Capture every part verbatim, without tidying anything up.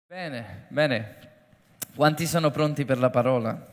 Bene, bene. Quanti sono pronti per la parola?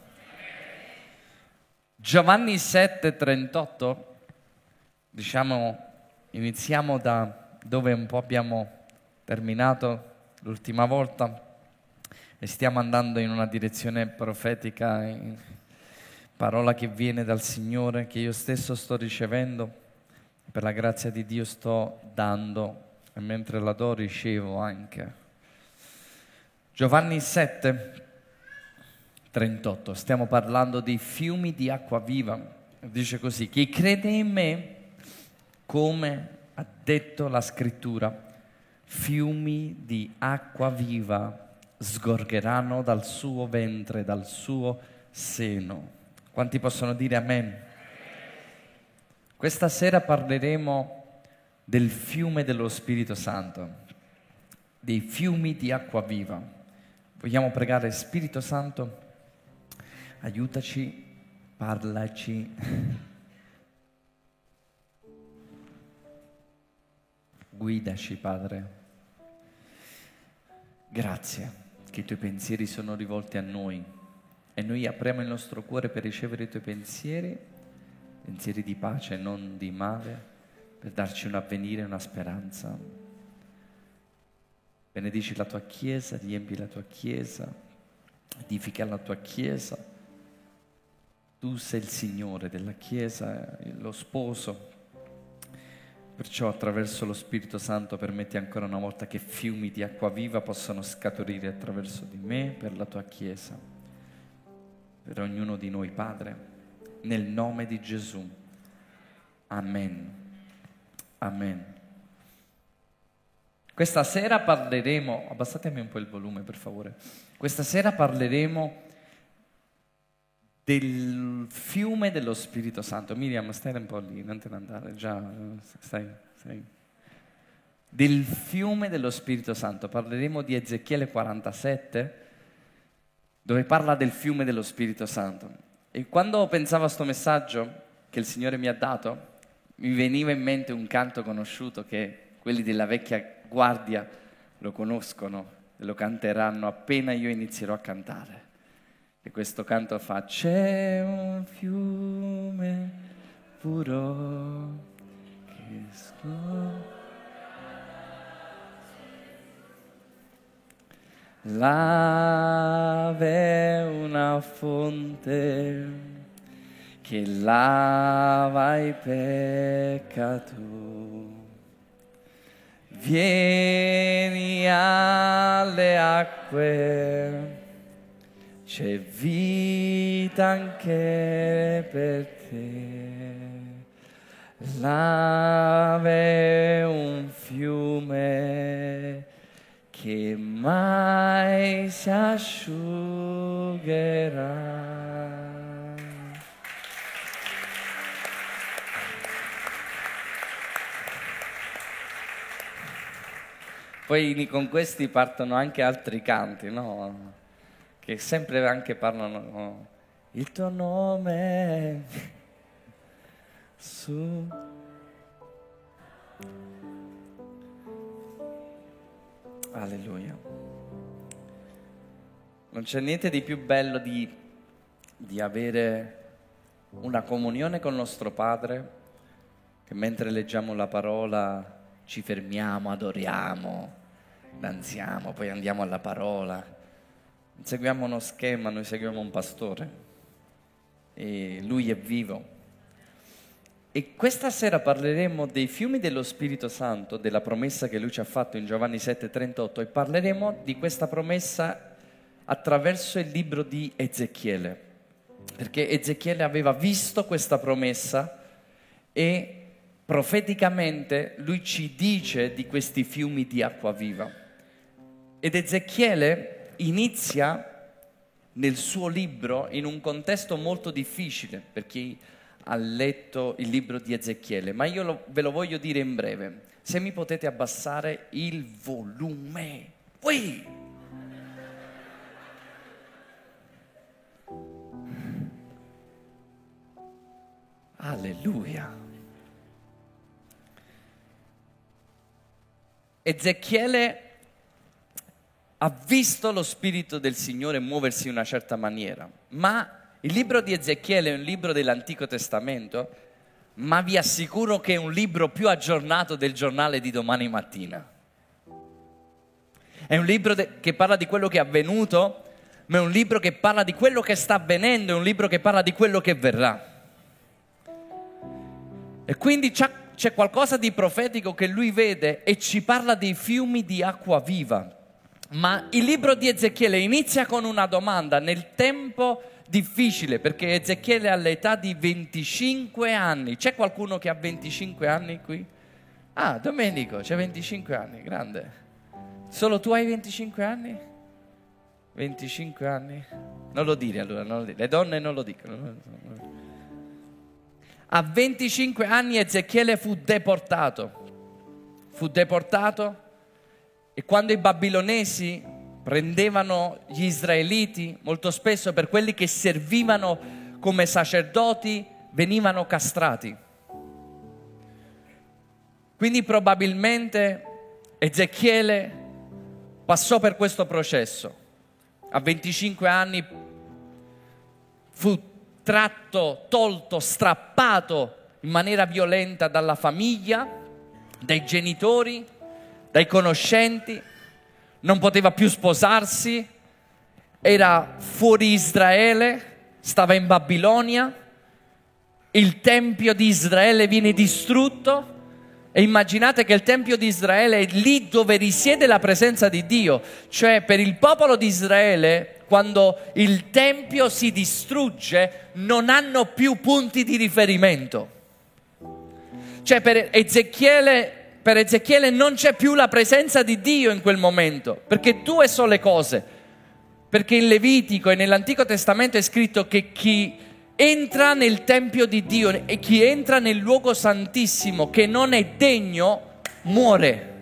Giovanni sette trentotto, diciamo, iniziamo da dove un po' abbiamo terminato l'ultima volta e stiamo andando in una direzione profetica, in parola che viene dal Signore, che io stesso sto ricevendo, per la grazia di Dio sto dando e mentre la do ricevo anche. Giovanni sette trentotto, stiamo parlando dei fiumi di acqua viva. Dice così: chi crede in me, come ha detto la scrittura, fiumi di acqua viva sgorgeranno dal suo ventre, dal suo seno. Quanti possono dire amen? Questa sera parleremo del fiume dello Spirito Santo, dei fiumi di acqua viva. Vogliamo pregare: Spirito Santo, aiutaci, parlaci. Guidaci, Padre. Grazie che i tuoi pensieri sono rivolti a noi e noi apriamo il nostro cuore per ricevere i tuoi pensieri, pensieri di pace, non di male, per darci un avvenire e una speranza. Benedici la tua Chiesa, riempi la tua Chiesa, edifica la tua Chiesa. Tu sei il Signore della Chiesa, lo sposo. Perciò attraverso lo Spirito Santo permetti ancora una volta che fiumi di acqua viva possano scaturire attraverso di me per la tua Chiesa, per ognuno di noi, Padre, nel nome di Gesù. Amen. Amen. Questa sera parleremo, abbassatemi un po' il volume per favore, questa sera parleremo del fiume dello Spirito Santo. Miriam, stai un po' lì, non te ne andare, già, stai, stai. Del fiume dello Spirito Santo, parleremo di Ezechiele quarantasette, dove parla del fiume dello Spirito Santo. E quando pensavo a sto messaggio che il Signore mi ha dato, mi veniva in mente un canto conosciuto che quelli della vecchia guardia lo conoscono e lo canteranno appena io inizierò a cantare. E questo canto fa: c'è un fiume puro che scorre, là v'è una fonte che lava i peccati. Vieni alle acque, c'è vita anche per te. Là v'è un fiume che mai si asciugherà. Poi con questi partono anche altri canti, no? Che sempre anche parlano, no? Il tuo nome su. Alleluia. Non c'è niente di più bello di, di avere una comunione con il nostro Padre, che mentre leggiamo la parola ci fermiamo, adoriamo, danziamo, poi andiamo alla parola. Non seguiamo uno schema, noi seguiamo un pastore e lui è vivo. E questa sera parleremo dei fiumi dello Spirito Santo, della promessa che lui ci ha fatto in Giovanni sette trentotto, e parleremo di questa promessa attraverso il libro di Ezechiele, perché Ezechiele aveva visto questa promessa e profeticamente lui ci dice di questi fiumi di acqua viva. Ed Ezechiele inizia nel suo libro in un contesto molto difficile per chi ha letto il libro di Ezechiele, ma io lo, ve lo voglio dire in breve. Se mi potete abbassare il volume. Ui! Alleluia. Ezechiele ha visto lo Spirito del Signore muoversi in una certa maniera, ma il libro di Ezechiele è un libro dell'Antico Testamento, ma vi assicuro che è un libro più aggiornato del giornale di domani mattina. È un libro de- che parla di quello che è avvenuto, ma è un libro che parla di quello che sta avvenendo, è un libro che parla di quello che verrà. E quindi c'è, c'è qualcosa di profetico che lui vede e ci parla dei fiumi di acqua viva. Ma il libro di Ezechiele inizia con una domanda nel tempo difficile, perché Ezechiele ha l'età di venticinque anni. C'è qualcuno che ha venticinque anni qui? Ah, Domenico, c'è venticinque anni, grande. Solo tu hai venticinque anni? venticinque anni? Non lo dire allora, non lo dire. Le donne non lo dicono. A venticinque anni Ezechiele fu deportato. Fu deportato e quando i babilonesi prendevano gli israeliti, molto spesso per quelli che servivano come sacerdoti, venivano castrati. Quindi probabilmente Ezechiele passò per questo processo. A venticinque anni fu tratto, tolto, strappato in maniera violenta dalla famiglia, dai genitori, dai conoscenti, non poteva più sposarsi, era fuori Israele, stava in Babilonia, il Tempio di Israele viene distrutto e immaginate che il Tempio di Israele è lì dove risiede la presenza di Dio, cioè per il popolo di Israele quando il Tempio si distrugge non hanno più punti di riferimento. Cioè per Ezechiele Per Ezechiele non c'è più la presenza di Dio in quel momento, perché due sono le cose. Perché in Levitico e nell'Antico Testamento è scritto che chi entra nel Tempio di Dio e chi entra nel luogo santissimo che non è degno, muore.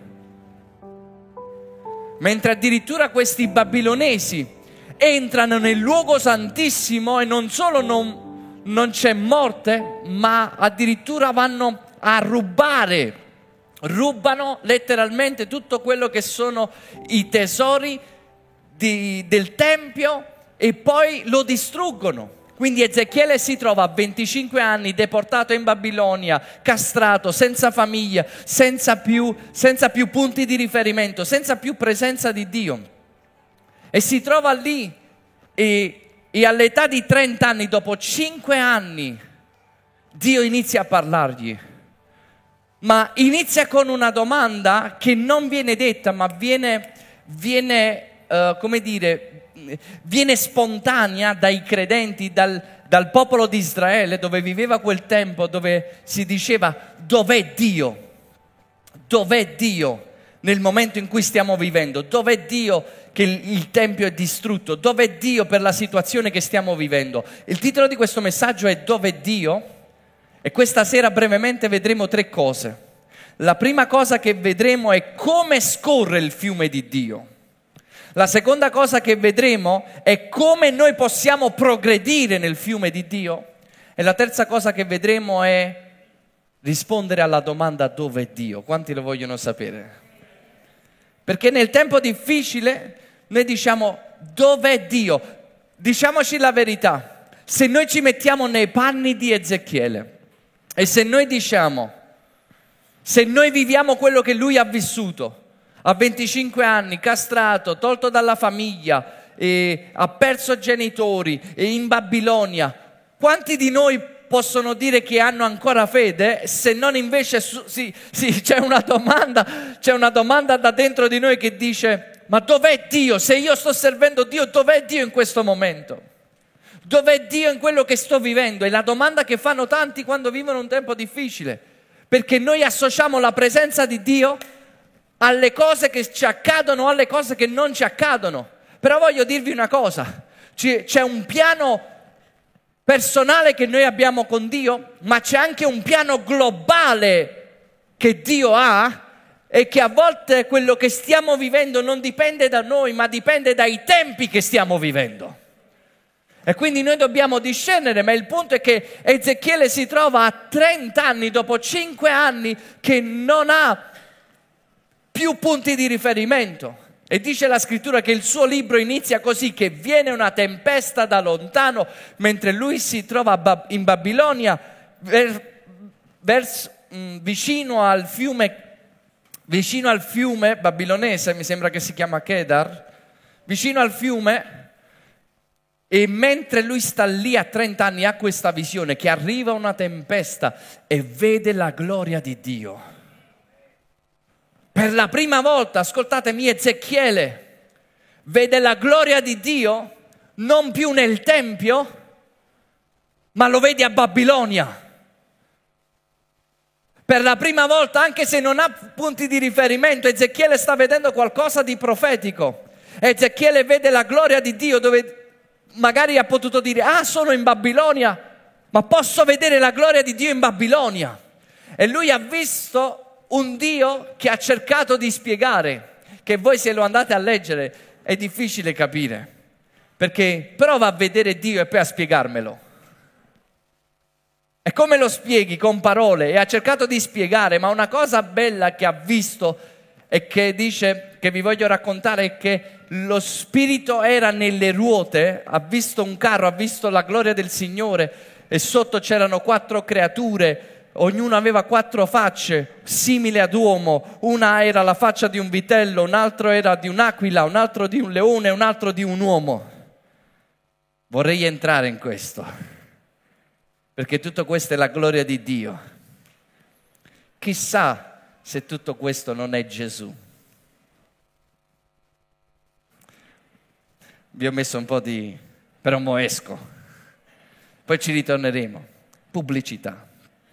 Mentre addirittura questi babilonesi entrano nel luogo santissimo e non solo non, non c'è morte, ma addirittura vanno a rubare. Rubano letteralmente tutto quello che sono i tesori di, del Tempio e poi lo distruggono. Quindi Ezechiele si trova a venticinque anni deportato in Babilonia, castrato, senza famiglia, senza più, senza più punti di riferimento, senza più presenza di Dio. E si trova lì e, e all'età di trenta anni, dopo cinque anni, Dio inizia a parlargli. Ma inizia con una domanda che non viene detta, ma viene, viene uh, come dire, viene spontanea dai credenti, dal, dal popolo di Israele, dove viveva quel tempo, dove si diceva: dov'è Dio? Dov'è Dio nel momento in cui stiamo vivendo? Dov'è Dio che il, il Tempio è distrutto? Dov'è Dio per la situazione che stiamo vivendo? Il titolo di questo messaggio è Dov'è Dio? E questa sera brevemente vedremo tre cose. La prima cosa che vedremo è come scorre il fiume di Dio. La seconda cosa che vedremo è come noi possiamo progredire nel fiume di Dio. E la terza cosa che vedremo è rispondere alla domanda dove è Dio. Quanti lo vogliono sapere? Perché nel tempo difficile noi diciamo dov'è Dio? Diciamoci la verità. Se noi ci mettiamo nei panni di Ezechiele e se noi diciamo, se noi viviamo quello che lui ha vissuto, a venticinque anni, castrato, tolto dalla famiglia, e ha perso genitori, e in Babilonia, quanti di noi possono dire che hanno ancora fede, se non invece sì, sì, c'è una domanda, c'è una domanda da dentro di noi che dice: ma dov'è Dio? Se io sto servendo Dio, dov'è Dio in questo momento? Dov'è Dio in quello che sto vivendo? È la domanda che fanno tanti quando vivono un tempo difficile, perché noi associamo la presenza di Dio alle cose che ci accadono, alle cose che non ci accadono. Però voglio dirvi una cosa, c'è un piano personale che noi abbiamo con Dio, ma c'è anche un piano globale che Dio ha, e che a volte quello che stiamo vivendo non dipende da noi, ma dipende dai tempi che stiamo vivendo. E quindi noi dobbiamo discernere, ma il punto è che Ezechiele si trova a trenta anni, dopo cinque anni, che non ha più punti di riferimento. E dice la scrittura che il suo libro inizia così, che viene una tempesta da lontano mentre lui si trova in Babilonia, ver, vers, mh, vicino al fiume, vicino al fiume babilonese, mi sembra che si chiama Kedar, vicino al fiume, e mentre lui sta lì a trenta anni ha questa visione che arriva una tempesta e vede la gloria di Dio. Per la prima volta, ascoltatemi, Ezechiele vede la gloria di Dio non più nel Tempio, ma lo vede a Babilonia. Per la prima volta, anche se non ha punti di riferimento, Ezechiele sta vedendo qualcosa di profetico. Ezechiele vede la gloria di Dio dove magari ha potuto dire, ah, sono in Babilonia, ma posso vedere la gloria di Dio in Babilonia. E lui ha visto un Dio che ha cercato di spiegare, che voi se lo andate a leggere è difficile capire, perché prova a vedere Dio e poi a spiegarmelo. E come lo spieghi? Con parole. E ha cercato di spiegare, ma una cosa bella che ha visto e che dice, che vi voglio raccontare, è che lo spirito era nelle ruote, ha visto un carro, ha visto la gloria del Signore e sotto c'erano quattro creature. Ognuno aveva quattro facce, simili ad uomo. Una era la faccia di un vitello, un altro era di un'aquila, un altro di un leone, un altro di un uomo. Vorrei entrare in questo, perché tutto questo è la gloria di Dio. Chissà se tutto questo non è Gesù. Vi ho messo un po' di... però mo esco. Poi ci ritorneremo. Pubblicità.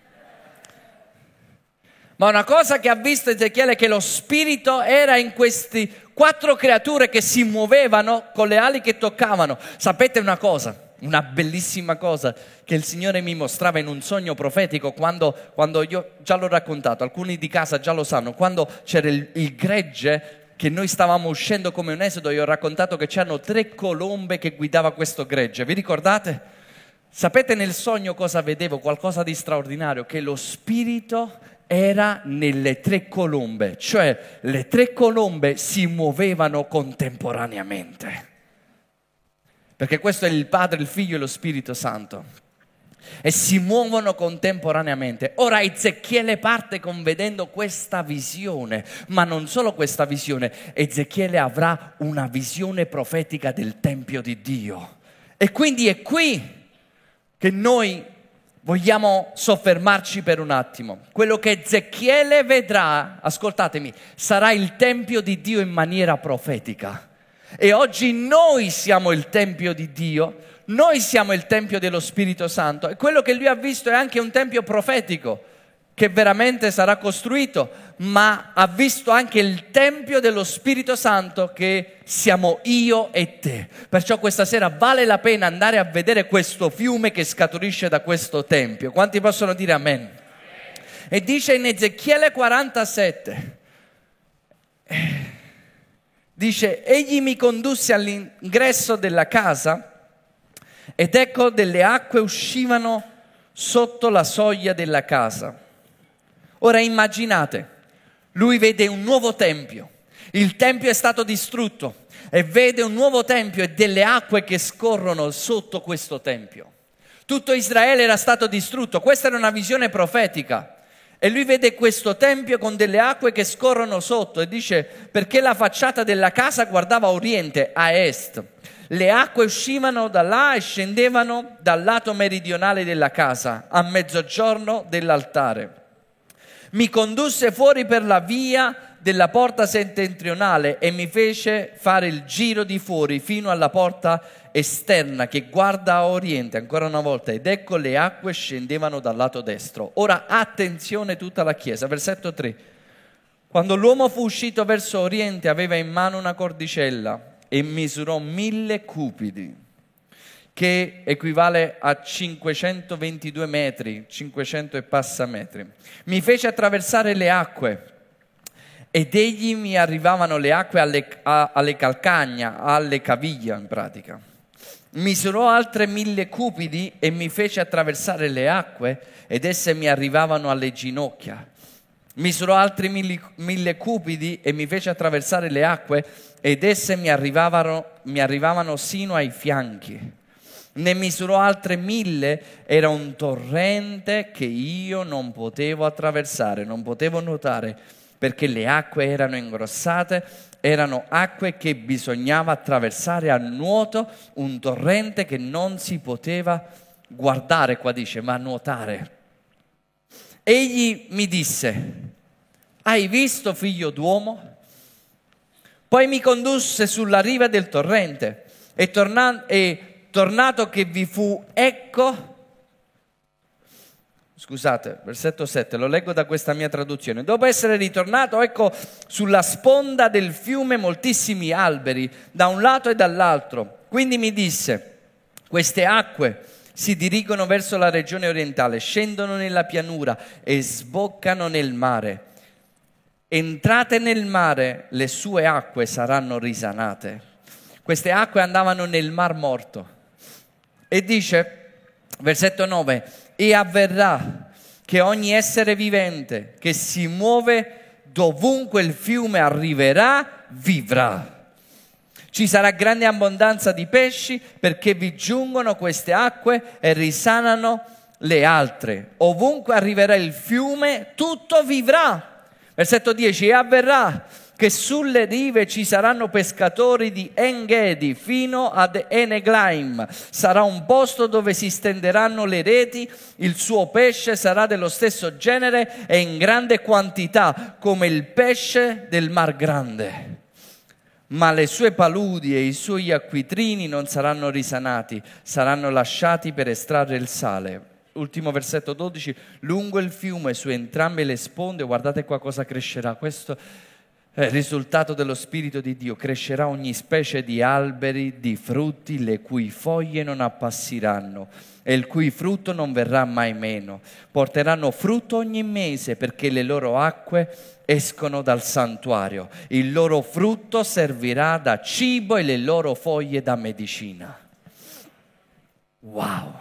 Ma una cosa che ha visto Ezechiele è che lo spirito era in queste quattro creature che si muovevano con le ali che toccavano. Sapete una cosa, una bellissima cosa che il Signore mi mostrava in un sogno profetico quando, quando io già l'ho raccontato, alcuni di casa già lo sanno, quando c'era il, il gregge che noi stavamo uscendo come un esodo, io ho raccontato che c'erano tre colombe che guidava questo gregge, vi ricordate? Sapete nel sogno cosa vedevo? Qualcosa di straordinario, che lo spirito era nelle tre colombe, cioè le tre colombe si muovevano contemporaneamente. Perché questo è il Padre, il Figlio e lo Spirito Santo. E si muovono contemporaneamente. Ora Ezechiele parte con vedendo questa visione, ma non solo questa visione, Ezechiele avrà una visione profetica del Tempio di Dio. E quindi è qui che noi vogliamo soffermarci per un attimo. Quello che Ezechiele vedrà, ascoltatemi, sarà il Tempio di Dio in maniera profetica. E oggi noi siamo il Tempio di Dio, noi siamo il Tempio dello Spirito Santo. E quello che lui ha visto è anche un Tempio profetico, che veramente sarà costruito, ma ha visto anche il Tempio dello Spirito Santo che siamo io e te. Perciò questa sera vale la pena andare a vedere questo fiume che scaturisce da questo Tempio. Quanti possono dire amen? E dice in Ezechiele quarantasette, dice, egli mi condusse all'ingresso della casa ed ecco delle acque uscivano sotto la soglia della casa. Ora immaginate, lui vede un nuovo tempio, il tempio è stato distrutto e vede un nuovo tempio e delle acque che scorrono sotto questo tempio. Tutto Israele era stato distrutto, questa era una visione profetica e lui vede questo tempio con delle acque che scorrono sotto e dice perché la facciata della casa guardava a oriente, a est. Le acque uscivano da là e scendevano dal lato meridionale della casa, a mezzogiorno dell'altare. Mi condusse fuori per la via della porta settentrionale e mi fece fare il giro di fuori fino alla porta esterna che guarda a oriente, ancora una volta, ed ecco le acque scendevano dal lato destro. Ora attenzione tutta la chiesa, versetto tre. Quando l'uomo fu uscito verso oriente aveva in mano una cordicella e misurò mille cupidi, che equivale a cinquecentoventidue metri, cinquecento e passa metri. Mi fece attraversare le acque ed egli mi arrivavano le acque alle, a, alle calcagna, alle caviglie in pratica. Misurò altre mille cupidi e mi fece attraversare le acque ed esse mi arrivavano alle ginocchia. Misurò altri mille, mille cubiti e mi fece attraversare le acque ed esse mi arrivavano, mi arrivavano sino ai fianchi. Ne misurò altre mille, era un torrente che io non potevo attraversare, non potevo nuotare, perché le acque erano ingrossate, erano acque che bisognava attraversare a nuoto, un torrente che non si poteva guardare, qua dice, ma nuotare. Egli mi disse: hai visto, figlio d'uomo? Poi mi condusse sulla riva del torrente e, torna- e tornato che vi fu, ecco, scusate, versetto sette, lo leggo da questa mia traduzione. Dopo essere ritornato, ecco sulla sponda del fiume moltissimi alberi, da un lato e dall'altro. Quindi mi disse: queste acque si dirigono verso la regione orientale, scendono nella pianura e sboccano nel mare. Entrate nel mare, le sue acque saranno risanate. Queste acque andavano nel Mar Morto. E dice, versetto nove, e avverrà che ogni essere vivente che si muove dovunque il fiume arriverà, vivrà. Ci sarà grande abbondanza di pesci perché vi giungono queste acque e risanano le altre. Ovunque arriverà il fiume, tutto vivrà. Versetto dieci, e avverrà che sulle rive ci saranno pescatori di En-Gedi fino ad Eneglaim. Sarà un posto dove si stenderanno le reti, il suo pesce sarà dello stesso genere e in grande quantità come il pesce del Mar Grande. Ma le sue paludi e i suoi acquitrini non saranno risanati, saranno lasciati per estrarre il sale. Ultimo versetto dodici, lungo il fiume su entrambe le sponde, guardate qua cosa crescerà, questo è il risultato dello Spirito di Dio, crescerà ogni specie di alberi, di frutti, le cui foglie non appassiranno e il cui frutto non verrà mai meno. Porteranno frutto ogni mese perché le loro acque escono dal santuario. Il loro frutto servirà da cibo e le loro foglie da medicina. Wow!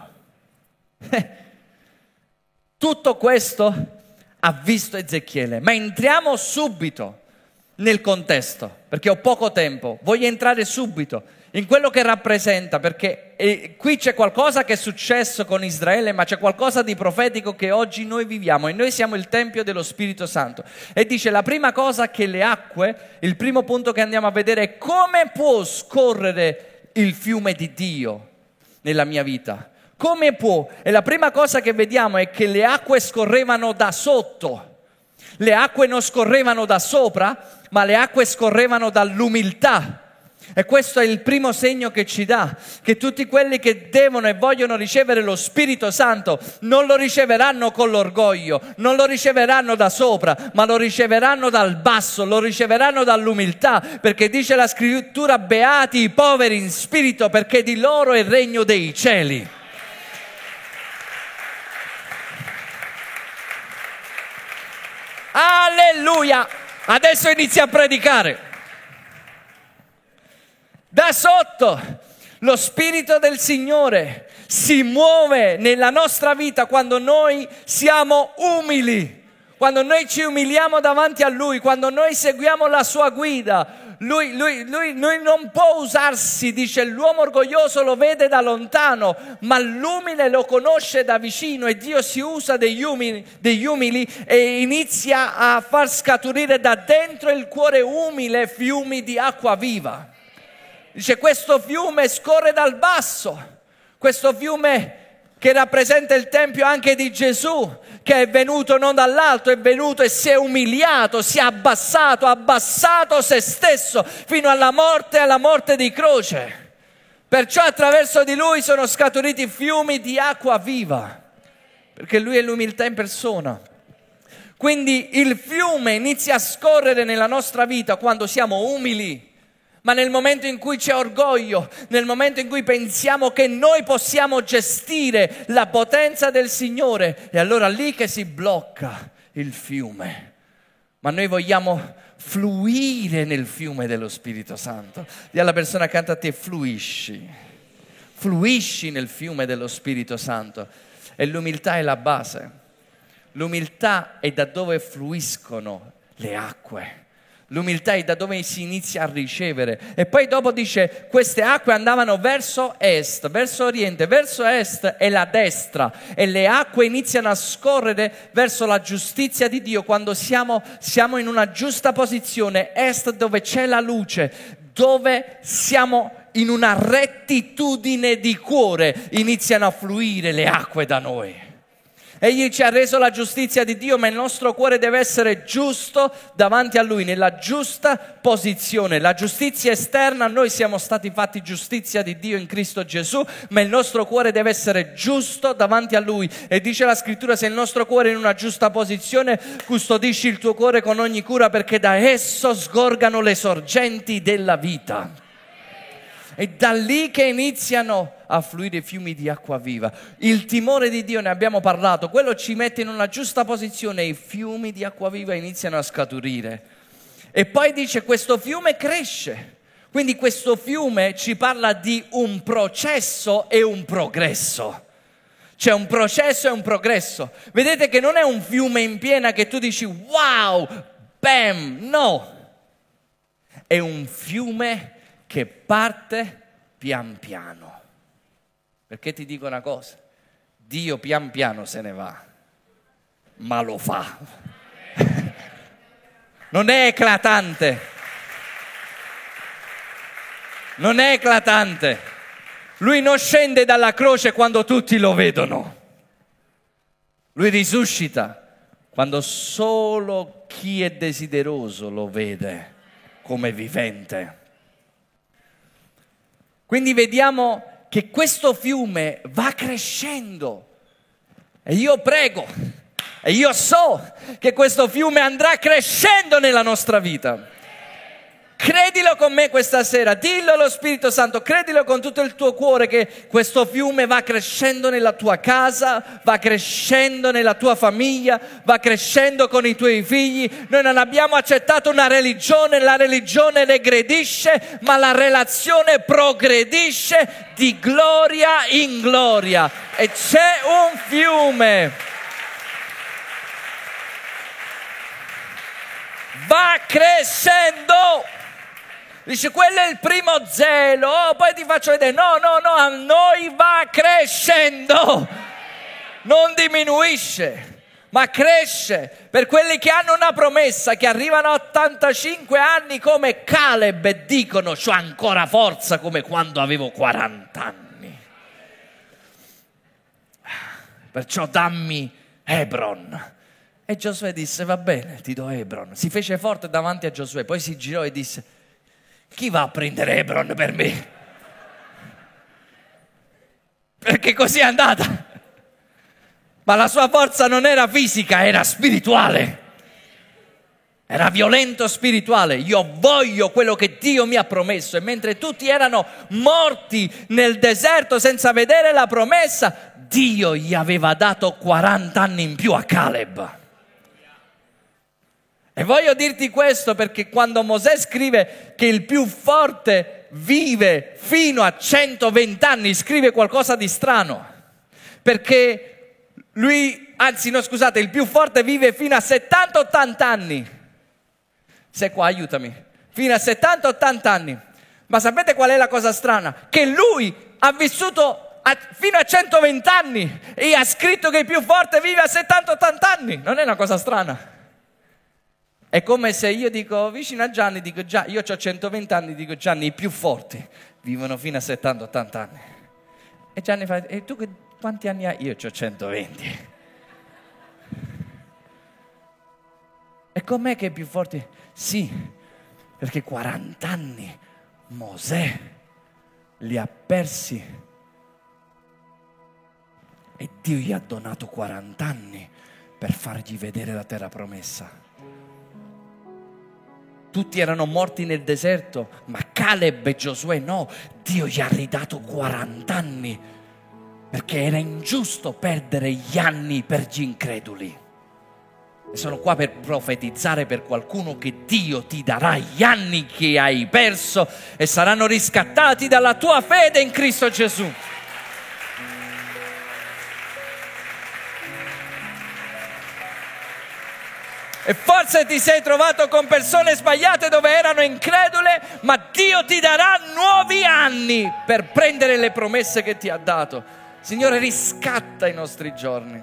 Tutto questo ha visto Ezechiele, ma entriamo subito nel contesto, perché ho poco tempo, voglio entrare subito in quello che rappresenta, perché eh, qui c'è qualcosa che è successo con Israele, ma c'è qualcosa di profetico che oggi noi viviamo e noi siamo il Tempio dello Spirito Santo. E dice la prima cosa che le acque, il primo punto che andiamo a vedere è come può scorrere il fiume di Dio nella mia vita. Come può? E la prima cosa che vediamo è che le acque scorrevano da sotto. Le acque non scorrevano da sopra, ma le acque scorrevano dall'umiltà. E questo è il primo segno che ci dà, che tutti quelli che devono e vogliono ricevere lo Spirito Santo non lo riceveranno con l'orgoglio, non lo riceveranno da sopra, ma lo riceveranno dal basso, lo riceveranno dall'umiltà, perché dice la Scrittura: beati i poveri in spirito, perché di loro è il regno dei cieli. Alleluia! Adesso inizia a predicare. Da sotto lo Spirito del Signore si muove nella nostra vita quando noi siamo umili, quando noi ci umiliamo davanti a Lui, quando noi seguiamo la Sua guida. Lui, lui, lui, lui non può usarsi, dice, l'uomo orgoglioso lo vede da lontano, ma l'umile lo conosce da vicino, e Dio si usa degli umili, degli umili e inizia a far scaturire da dentro il cuore umile fiumi di acqua viva. Dice, questo fiume scorre dal basso, questo fiume che rappresenta il Tempio anche di Gesù, che è venuto non dall'alto, è venuto e si è umiliato, si è abbassato, ha abbassato se stesso fino alla morte e alla morte di croce. Perciò attraverso di Lui sono scaturiti fiumi di acqua viva, perché Lui è l'umiltà in persona. Quindi il fiume inizia a scorrere nella nostra vita quando siamo umili. Ma nel momento in cui c'è orgoglio, nel momento in cui pensiamo che noi possiamo gestire la potenza del Signore, è allora lì che si blocca il fiume. Ma noi vogliamo fluire nel fiume dello Spirito Santo. Dì alla persona accanto a te: fluisci, fluisci nel fiume dello Spirito Santo. E l'umiltà è la base. L'umiltà è da dove fluiscono le acque. L'umiltà è da dove si inizia a ricevere. E poi dopo dice, queste acque andavano verso est, verso oriente, verso est è la destra. E le acque iniziano a scorrere verso la giustizia di Dio quando siamo, siamo in una giusta posizione. Est dove c'è la luce, dove siamo in una rettitudine di cuore, iniziano a fluire le acque da noi. Egli ci ha reso la giustizia di Dio, ma il nostro cuore deve essere giusto davanti a Lui, nella giusta posizione. La giustizia esterna, noi siamo stati fatti giustizia di Dio in Cristo Gesù, ma il nostro cuore deve essere giusto davanti a Lui. E dice la Scrittura, se il nostro cuore è in una giusta posizione, custodisci il tuo cuore con ogni cura, perché da esso sgorgano le sorgenti della vita. È da lì che iniziano a fluire fiumi di acqua viva. Il timore di Dio, ne abbiamo parlato, quello ci mette in una giusta posizione e i fiumi di acqua viva iniziano a scaturire. E poi dice questo fiume cresce. Quindi questo fiume ci parla di un processo e un progresso. C'è un processo e un progresso. Vedete che non è un fiume in piena che tu dici wow, bam, no. È un fiume che parte pian piano. Perché ti dico una cosa, Dio pian piano se ne va, ma lo fa. Non è eclatante, non è eclatante. Lui non scende dalla croce quando tutti lo vedono. Lui risuscita quando solo chi è desideroso lo vede come vivente. Quindi vediamo che questo fiume va crescendo e io prego e io so che questo fiume andrà crescendo nella nostra vita. Credilo con me questa sera, dillo allo Spirito Santo, credilo con tutto il tuo cuore che questo fiume va crescendo nella tua casa, va crescendo nella tua famiglia, va crescendo con i tuoi figli. Noi non abbiamo accettato una religione, la religione regredisce, ma la relazione progredisce di gloria in gloria. E c'è un fiume. Va crescendo. Dice, quello è il primo zelo, oh, poi ti faccio vedere. No, no, no, a noi va crescendo. Non diminuisce, ma cresce. Per quelli che hanno una promessa, che arrivano a ottantacinque anni come Caleb e dicono, c'ho ancora forza come quando avevo quaranta anni. Perciò dammi Hebron. E Giosuè disse, va bene, ti do Hebron. Si fece forte davanti a Giosuè, poi si girò e disse, chi va a prendere Hebron per me? Perché così è andata. Ma la sua forza non era fisica, era spirituale. Era violento spirituale. Io voglio quello che Dio mi ha promesso. E mentre tutti erano morti nel deserto senza vedere la promessa, Dio gli aveva dato quaranta anni in più a Caleb. E voglio dirti questo perché quando Mosè scrive che il più forte vive fino a centoventi anni, scrive qualcosa di strano. Perché lui, anzi no scusate, il più forte vive fino a settanta ottanta anni. Sei qua, aiutami. Fino a settanta ottanta anni. Ma sapete qual è la cosa strana? Che lui ha vissuto a, fino a centoventi anni e ha scritto che il più forte vive a settanta ottanta anni. Non è una cosa strana? È come se io dico vicino a Gianni, dico già, io ho centoventi anni, dico Gianni, i più forti vivono fino a settanta ottanta anni. E Gianni fa, e tu che, quanti anni hai? Io ho centoventi. E com'è che è più forte? Sì, perché quaranta anni Mosè li ha persi e Dio gli ha donato quaranta anni per fargli vedere la terra promessa. Tutti erano morti nel deserto, ma Caleb e Giosuè no. Dio gli ha ridato quaranta anni perché era ingiusto perdere gli anni per gli increduli. E sono qua per profetizzare per qualcuno che Dio ti darà gli anni che hai perso e saranno riscattati dalla tua fede in Cristo Gesù. E forse ti sei trovato con persone sbagliate dove erano incredule, ma Dio ti darà nuovi anni per prendere le promesse che ti ha dato. Signore, riscatta i nostri giorni.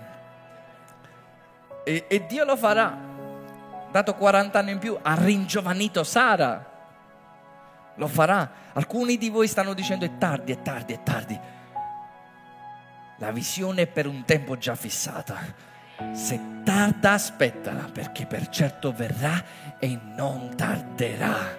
E, e Dio lo farà. Dato quaranta anni in più, ha ringiovanito Sara. Lo farà. Alcuni di voi stanno dicendo è tardi, è tardi, è tardi. La visione è per un tempo già fissata. Se tarda, aspettala, perché per certo verrà e non tarderà.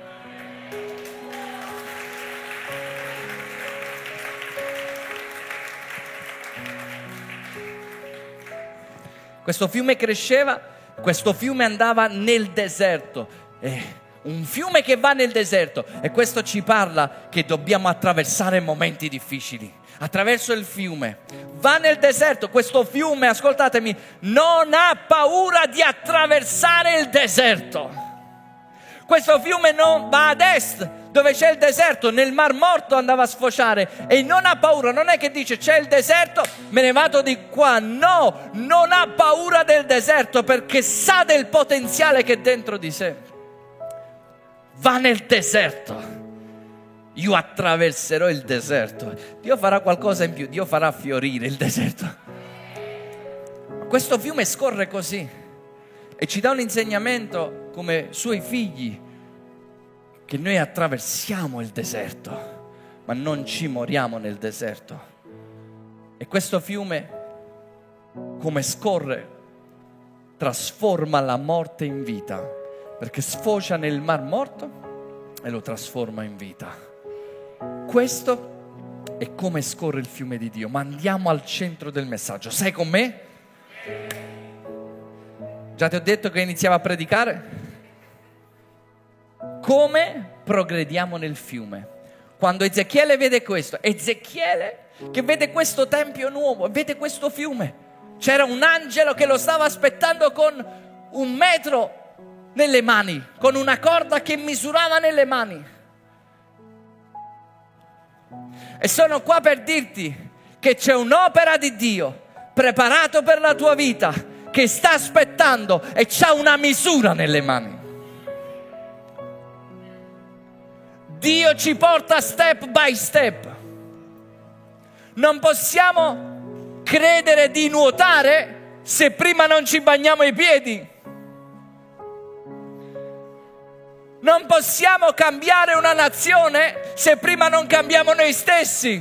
Questo fiume cresceva, questo fiume andava nel deserto. Eh, un fiume che va nel deserto. E questo ci parla che dobbiamo attraversare momenti difficili. Attraverso il fiume. Va nel deserto. Questo fiume, ascoltatemi, non ha paura di attraversare il deserto. Questo fiume non va ad est, dove c'è il deserto, nel Mar Morto andava a sfociare e non ha paura. Non è che dice c'è il deserto, me ne vado di qua. No, non ha paura del deserto perché sa del potenziale che è dentro di sé. Va nel deserto. Io attraverserò il deserto. Dio farà qualcosa in più. Dio farà fiorire il deserto. Questo fiume scorre così e ci dà un insegnamento come suoi figli, che noi attraversiamo il deserto, ma non ci moriamo nel deserto. E questo fiume, come scorre, trasforma la morte in vita, perché sfocia nel Mar Morto e lo trasforma in vita. Questo è come scorre il fiume di Dio. Ma andiamo al centro del messaggio. Sei con me? Già ti ho detto che iniziavo a predicare. Come progrediamo nel fiume? Quando Ezechiele vede questo, Ezechiele che vede questo tempio nuovo, vede questo fiume, c'era un angelo che lo stava aspettando con un metro nelle mani, con una corda che misurava nelle mani. E sono qua per dirti che c'è un'opera di Dio preparato per la tua vita che sta aspettando e c'ha una misura nelle mani. Dio ci porta step by step. Non possiamo credere di nuotare se prima non ci bagniamo i piedi. Non possiamo cambiare una nazione se prima non cambiamo noi stessi.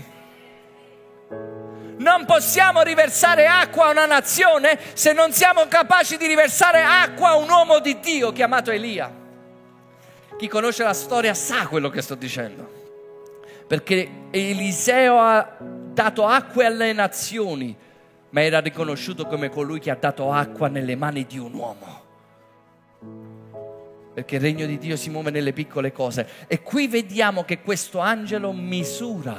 Non possiamo riversare acqua a una nazione se non siamo capaci di riversare acqua a un uomo di Dio chiamato Elia. Chi conosce la storia sa quello che sto dicendo. Perché Eliseo ha dato acque alle nazioni, ma era riconosciuto come colui che ha dato acqua nelle mani di un uomo. Perché il regno di Dio si muove nelle piccole cose. E qui vediamo che questo angelo misura.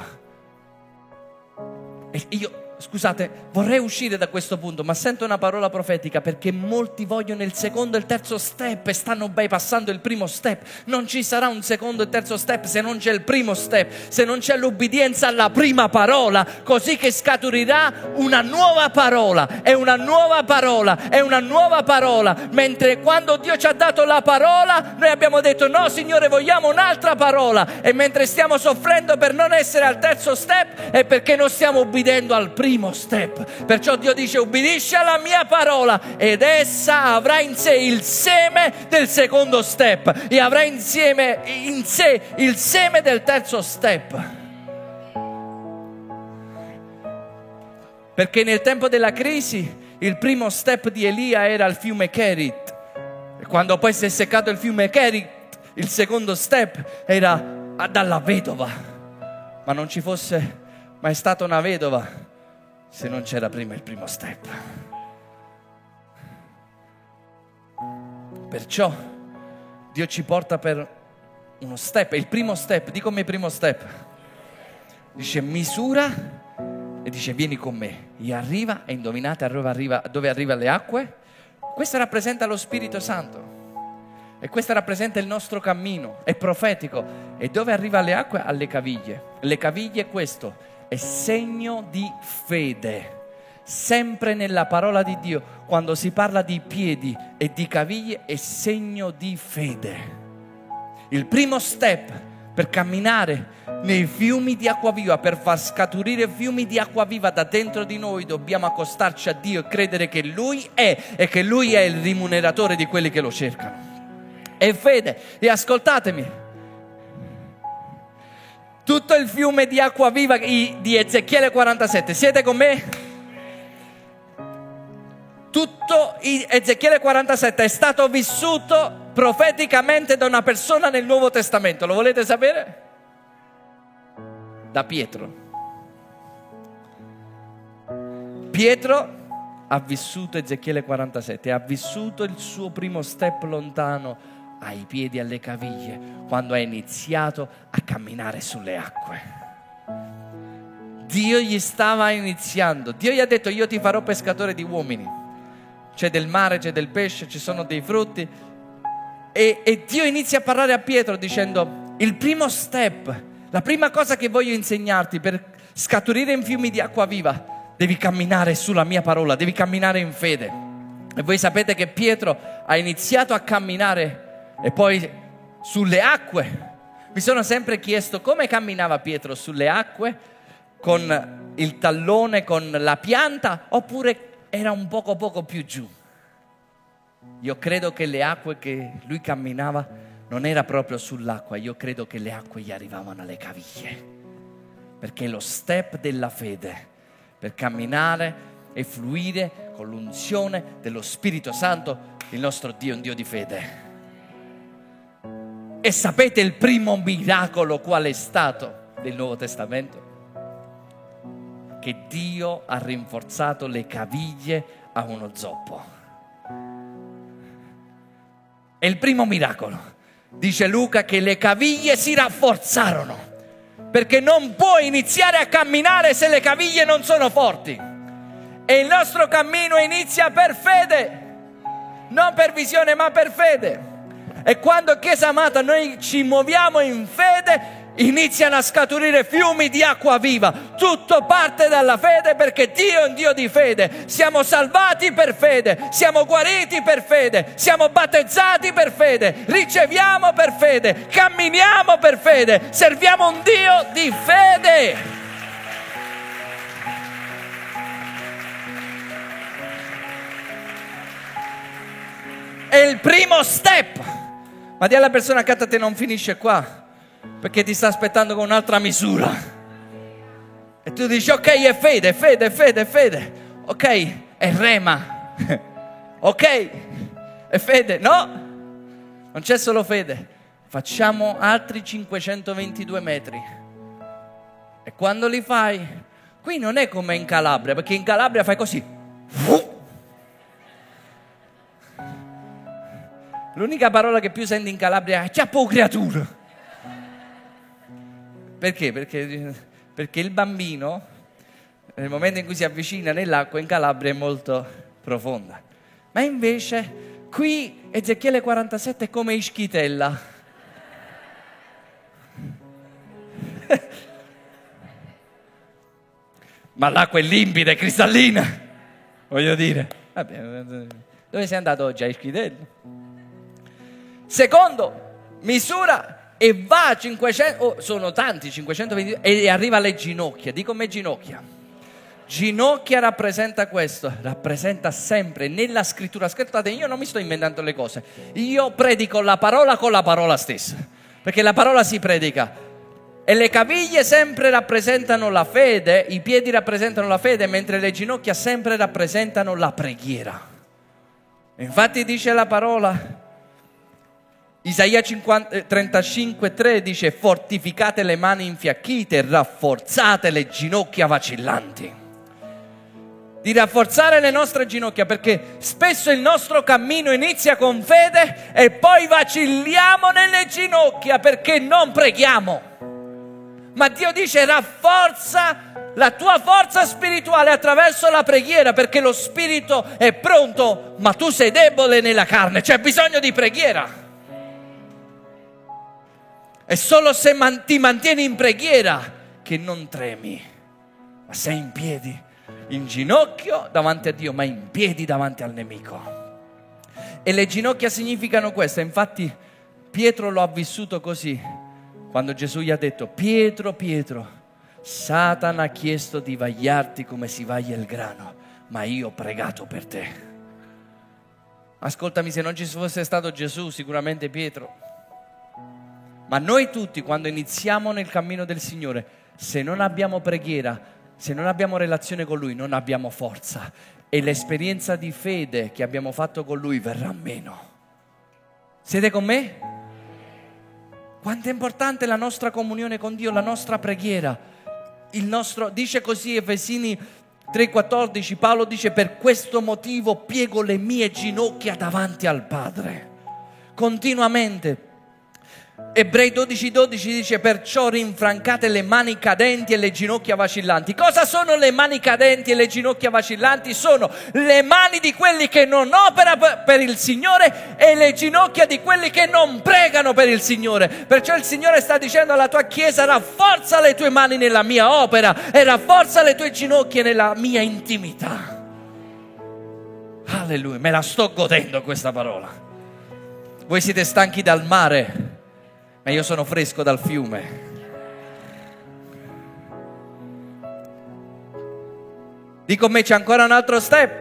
E io, scusate, vorrei uscire da questo punto, ma sento una parola profetica perché molti vogliono il secondo e il terzo step e stanno bypassando il primo step. Non ci sarà un secondo e terzo step se non c'è il primo step, se non c'è l'obbedienza alla prima parola, così che scaturirà una nuova parola, è una nuova parola, è una nuova parola. Mentre quando Dio ci ha dato la parola, noi abbiamo detto no Signore, vogliamo un'altra parola. E mentre stiamo soffrendo per non essere al terzo step è perché non stiamo obbedendo al primo primo step. Perciò Dio dice ubbidisci alla mia parola ed essa avrà in sé il seme del secondo step e avrà insieme in sé il seme del terzo step. Perché nel tempo della crisi il primo step di Elia era il fiume Kerit, e quando poi si è seccato il fiume Kerit il secondo step era dalla vedova. Ma non ci fosse mai stata una vedova se non c'era prima il primo step. Perciò Dio ci porta per uno step. E il primo step, di come primo step, dice misura e dice vieni con me. E arriva, e indovinate dove arriva, dove arriva le acque? Questo rappresenta lo Spirito Santo. E questo rappresenta il nostro cammino, è profetico. E dove arriva le acque? Alle caviglie. Le caviglie, questo è segno di fede. sempre nella parola di Dio, quando si parla di piedi e di caviglie, è segno di fede. Il primo step per camminare nei fiumi di acqua viva, per far scaturire fiumi di acqua viva da dentro di noi, dobbiamo accostarci a Dio e credere che Lui è e che Lui è il rimuneratore di quelli che lo cercano. È fede. E ascoltatemi, tutto il fiume di acqua viva di Ezechiele quarantasette, siete con me? Tutto Ezechiele quarantasette è stato vissuto profeticamente da una persona nel Nuovo Testamento. Lo volete sapere? Da Pietro. Pietro ha vissuto Ezechiele quarantasette, ha vissuto il suo primo step lontano ai piedi, alle caviglie, quando ha iniziato a camminare sulle acque. Dio gli stava iniziando. Dio gli ha detto: io ti farò pescatore di uomini. C'è del mare, c'è del pesce, ci sono dei frutti. E, e Dio inizia a parlare a Pietro dicendo: il primo step, la prima cosa che voglio insegnarti per scaturire in fiumi di acqua viva, devi camminare sulla mia parola, devi camminare in fede. E voi sapete che Pietro ha iniziato a camminare e poi sulle acque. Mi sono sempre chiesto come camminava Pietro sulle acque, con il tallone, con la pianta, oppure era un poco poco più giù. Io credo che le acque che lui camminava non era proprio sull'acqua, io credo che le acque gli arrivavano alle caviglie, perché lo step della fede per camminare e fluire con l'unzione dello Spirito Santo, il nostro Dio è un Dio di fede. E sapete il primo miracolo qual è stato del Nuovo Testamento? Che Dio ha rinforzato le caviglie a uno zoppo. È il primo miracolo. Dice Luca che le caviglie si rafforzarono, perché non puoi iniziare a camminare se le caviglie non sono forti. E il nostro cammino inizia per fede, non per visione ma per fede. E quando, Chiesa amata, noi ci muoviamo in fede, iniziano a scaturire fiumi di acqua viva. Tutto parte dalla fede, perché Dio è un Dio di fede. Siamo salvati per fede, siamo guariti per fede, siamo battezzati per fede, riceviamo per fede, camminiamo per fede, serviamo un Dio di fede. È il primo step. Ma di alla persona accanto a te: non finisce qua, perché ti sta aspettando con un'altra misura. E tu dici: ok, è fede, è fede, è fede, è fede. Ok, è rema. Ok, è fede. No, non c'è solo fede. Facciamo altri cinquecentoventidue metri. E quando li fai, qui non è come in Calabria, perché in Calabria fai così. L'unica parola che più senti in Calabria è "ciappo creatura". Perché? Perché, perché il bambino, nel momento in cui si avvicina nell'acqua, in Calabria è molto profonda. Ma invece qui Ezechiele quarantasette è come Ischitella. Ma l'acqua è limpida, è cristallina, voglio dire. Vabbè, dove sei andato oggi? A Ischitella? Secondo, misura e va a cinquecento, oh, sono tanti, cinquecentoventi, e arriva alle ginocchia. Dico me ginocchia. Ginocchia rappresenta questo, rappresenta sempre nella scrittura. Ascoltate, io non mi sto inventando le cose, io predico la parola con la parola stessa, perché la parola si predica. E le caviglie sempre rappresentano la fede, i piedi rappresentano la fede, mentre le ginocchia sempre rappresentano la preghiera. Infatti dice la parola, Isaia trentacinque tre dice: fortificate le mani infiacchite, rafforzate le ginocchia vacillanti. Di rafforzare le nostre ginocchia, perché spesso il nostro cammino inizia con fede e poi vacilliamo nelle ginocchia perché non preghiamo. Ma Dio dice: rafforza la tua forza spirituale attraverso la preghiera, perché lo spirito è pronto ma tu sei debole nella carne, c'è bisogno di preghiera. È solo se man- ti mantieni in preghiera che non tremi, ma sei in piedi, in ginocchio davanti a Dio, ma in piedi davanti al nemico. E le ginocchia significano questo. Infatti Pietro lo ha vissuto così, quando Gesù gli ha detto: Pietro, Pietro, Satana ha chiesto di vagliarti come si vaglia il grano, ma io ho pregato per te. Ascoltami, se non ci fosse stato Gesù, sicuramente Pietro. Ma noi tutti, quando iniziamo nel cammino del Signore, se non abbiamo preghiera, se non abbiamo relazione con Lui, non abbiamo forza, e l'esperienza di fede che abbiamo fatto con Lui verrà meno. Siete con me? Quanto è importante la nostra comunione con Dio, la nostra preghiera. Il nostro, dice così Efesini tre quattordici, Paolo dice: per questo motivo piego le mie ginocchia davanti al Padre continuamente. Ebrei dodici dodici dice: perciò rinfrancate le mani cadenti e le ginocchia vacillanti. Cosa sono le mani cadenti e le ginocchia vacillanti? Sono le mani di quelli che non operano per il Signore e le ginocchia di quelli che non pregano per il Signore. Perciò il Signore sta dicendo alla tua Chiesa: rafforza le tue mani nella mia opera e rafforza le tue ginocchia nella mia intimità. Alleluia, me la sto godendo questa parola. Voi siete stanchi dal mare, ma io sono fresco dal fiume. Di con me, c'è ancora un altro step.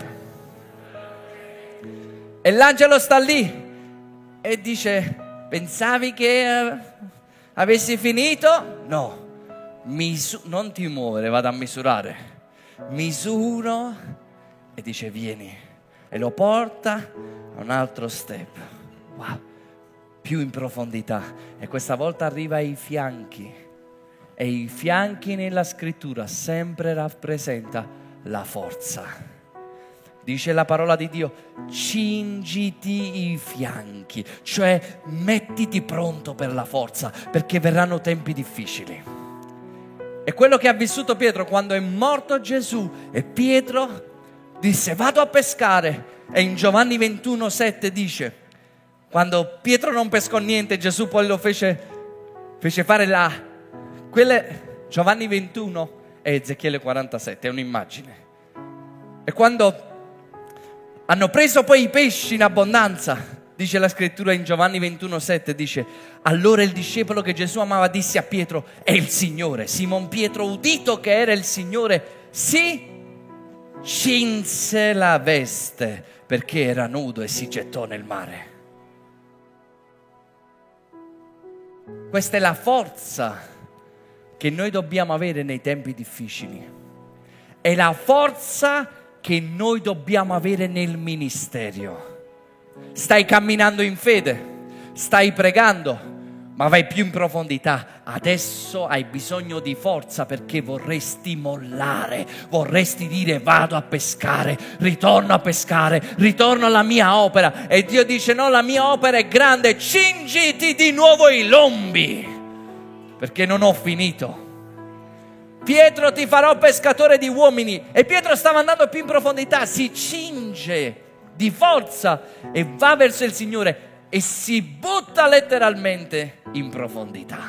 E l'angelo sta lì e dice: pensavi che uh, avessi finito? No, Misu- non ti muovere, vado a misurare. Misuro e dice: vieni. E lo porta a un altro step. Wow, più in profondità, e questa volta arriva ai fianchi, e i fianchi nella scrittura sempre rappresenta la forza. Dice la parola di Dio: cingiti i fianchi, cioè mettiti pronto per la forza, perché verranno tempi difficili. È quello che ha vissuto Pietro quando è morto Gesù, e Pietro disse: vado a pescare. E in Giovanni ventuno sette dice: quando Pietro non pescò niente, Gesù poi lo fece, fece fare la... Quelle, Giovanni ventuno e Ezechiele quarantasette, è un'immagine. E quando hanno preso poi i pesci in abbondanza, dice la scrittura in Giovanni ventuno sette, dice: allora il discepolo che Gesù amava disse a Pietro: è il Signore. Simon Pietro, udito che era il Signore, si cinse la veste perché era nudo e si gettò nel mare. Questa è la forza che noi dobbiamo avere nei tempi difficili. È la forza che noi dobbiamo avere nel ministero. Stai camminando in fede, stai pregando, ma vai più in profondità. Adesso hai bisogno di forza, perché vorresti mollare, vorresti dire: vado a pescare, ritorno a pescare, ritorno alla mia opera. E Dio dice: no, la mia opera è grande, cingiti di nuovo i lombi, perché non ho finito. Pietro, ti farò pescatore di uomini. E Pietro stava andando più in profondità, si cinge di forza e va verso il Signore e si butta letteralmente in profondità.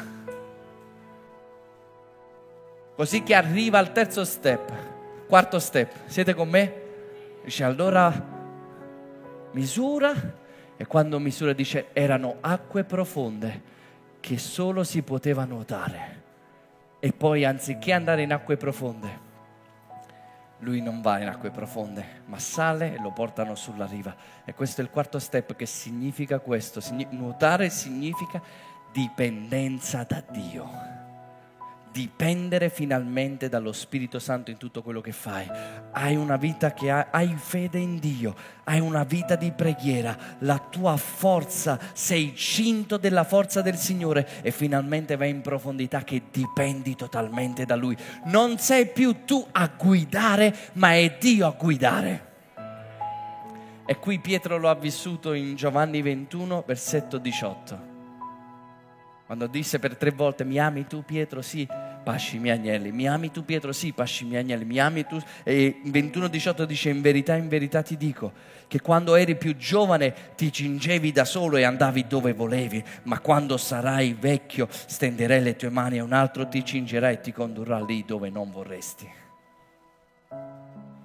Così che arriva al terzo step, quarto step. Siete con me? Dice: allora misura, e quando misura dice: erano acque profonde che solo si poteva nuotare. E poi, anziché andare in acque profonde, lui non va in acque profonde, ma sale e lo portano sulla riva. E questo è il quarto step, che significa questo. Sign- nuotare significa dipendenza da Dio. Dipendere finalmente dallo Spirito Santo in tutto quello che fai. Hai una vita che ha, hai fede in Dio, hai una vita di preghiera, la tua forza, sei cinto della forza del Signore, e finalmente vai in profondità che dipendi totalmente da Lui. Non sei più tu a guidare, ma è Dio a guidare. E qui Pietro lo ha vissuto in Giovanni ventuno, versetto diciotto. Quando disse per tre volte: mi ami tu Pietro? Sì, pasci i miei agnelli. Mi ami tu Pietro? Sì, pasci i miei agnelli. Mi ami tu? E in ventuno diciotto dice: in verità, in verità ti dico che quando eri più giovane ti cingevi da solo e andavi dove volevi, ma quando sarai vecchio stenderai le tue mani e un altro ti cingerà e ti condurrà lì dove non vorresti.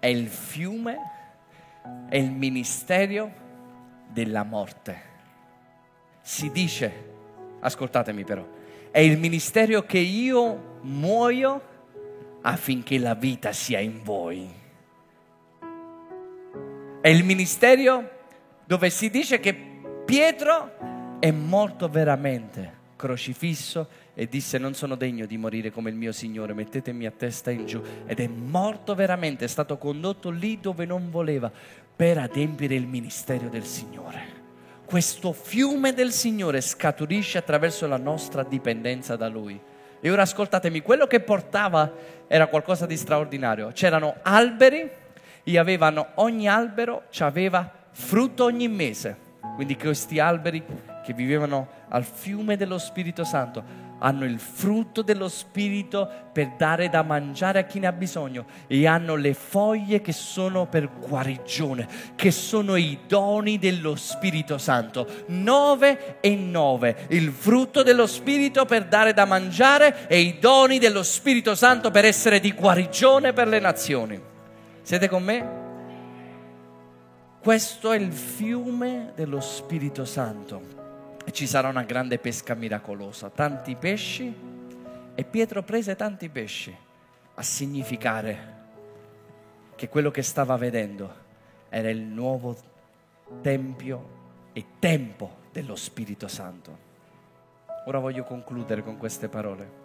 è il fiume, è il ministero della morte. Si dice, ascoltatemi però, è il ministero che io muoio affinché la vita sia in voi. È il ministero dove si dice che Pietro è morto veramente, crocifisso, e disse: non sono degno di morire come il mio Signore, mettetemi a testa in giù. Ed è morto veramente, è stato condotto lì dove non voleva, per adempiere il ministero del Signore. Questo fiume del Signore scaturisce attraverso la nostra dipendenza da Lui. E ora ascoltatemi, quello che portava era qualcosa di straordinario. C'erano alberi e avevano, ogni albero aveva frutto ogni mese. Quindi questi alberi che vivevano al fiume dello Spirito Santo hanno il frutto dello Spirito per dare da mangiare a chi ne ha bisogno, e hanno le foglie che sono per guarigione, che sono i doni dello Spirito Santo. Nove e nove, il frutto dello Spirito per dare da mangiare e i doni dello Spirito Santo per essere di guarigione per le nazioni. Siete con me? Questo è il fiume dello Spirito Santo. E ci sarà una grande pesca miracolosa, tanti pesci, e Pietro prese tanti pesci, a significare che quello che stava vedendo era il nuovo tempio e tempo dello Spirito Santo. Ora voglio concludere con queste parole.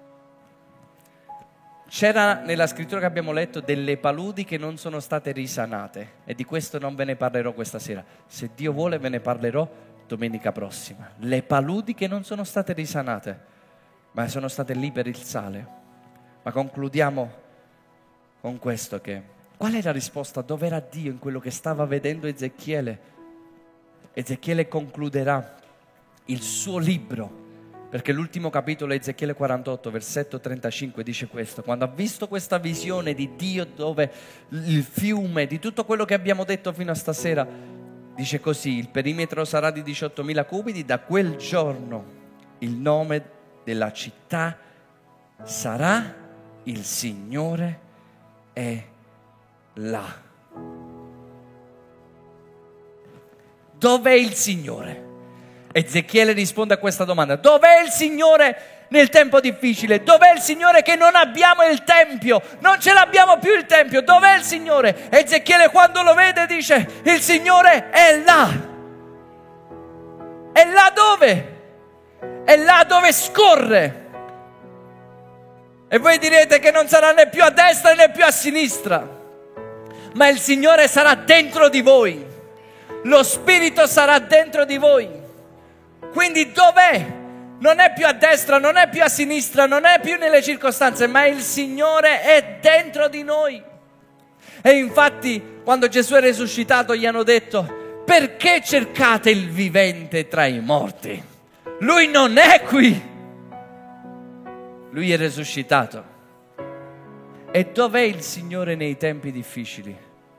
C'era nella scrittura che abbiamo letto delle paludi che non sono state risanate, e di questo non ve ne parlerò questa sera. Se Dio vuole ve ne parlerò domenica prossima. Le paludi che non sono state risanate, ma sono state lì per il sale. Ma concludiamo con questo: che qual è la risposta? Dove era Dio in quello che stava vedendo Ezechiele? Ezechiele concluderà il suo libro, perché l'ultimo capitolo, Ezechiele quarantotto, versetto trentacinque, dice questo: quando ha visto questa visione di Dio, dove il fiume, di tutto quello che abbiamo detto fino a stasera, dice così: il perimetro sarà di diciottomila cubiti, da quel giorno il nome della città sarà il Signore è là. Dov'è il Signore? Ezechiele risponde a questa domanda: dov'è il Signore nel tempo difficile? Dov'è il Signore che non abbiamo il Tempio? Non ce l'abbiamo più il Tempio. Dov'è il Signore? Ezechiele, quando lo vede, dice: il Signore è là. È là dove? È là dove scorre. E voi direte che non sarà né più a destra né più a sinistra, ma il Signore sarà dentro di voi. Lo Spirito sarà dentro di voi. Quindi dov'è? Non è più a destra, non è più a sinistra, non è più nelle circostanze, ma il Signore è dentro di noi. E infatti, quando Gesù è risuscitato, gli hanno detto: perché cercate il vivente tra i morti? Lui non è qui. Lui è risuscitato. E dov'è il Signore nei tempi difficili?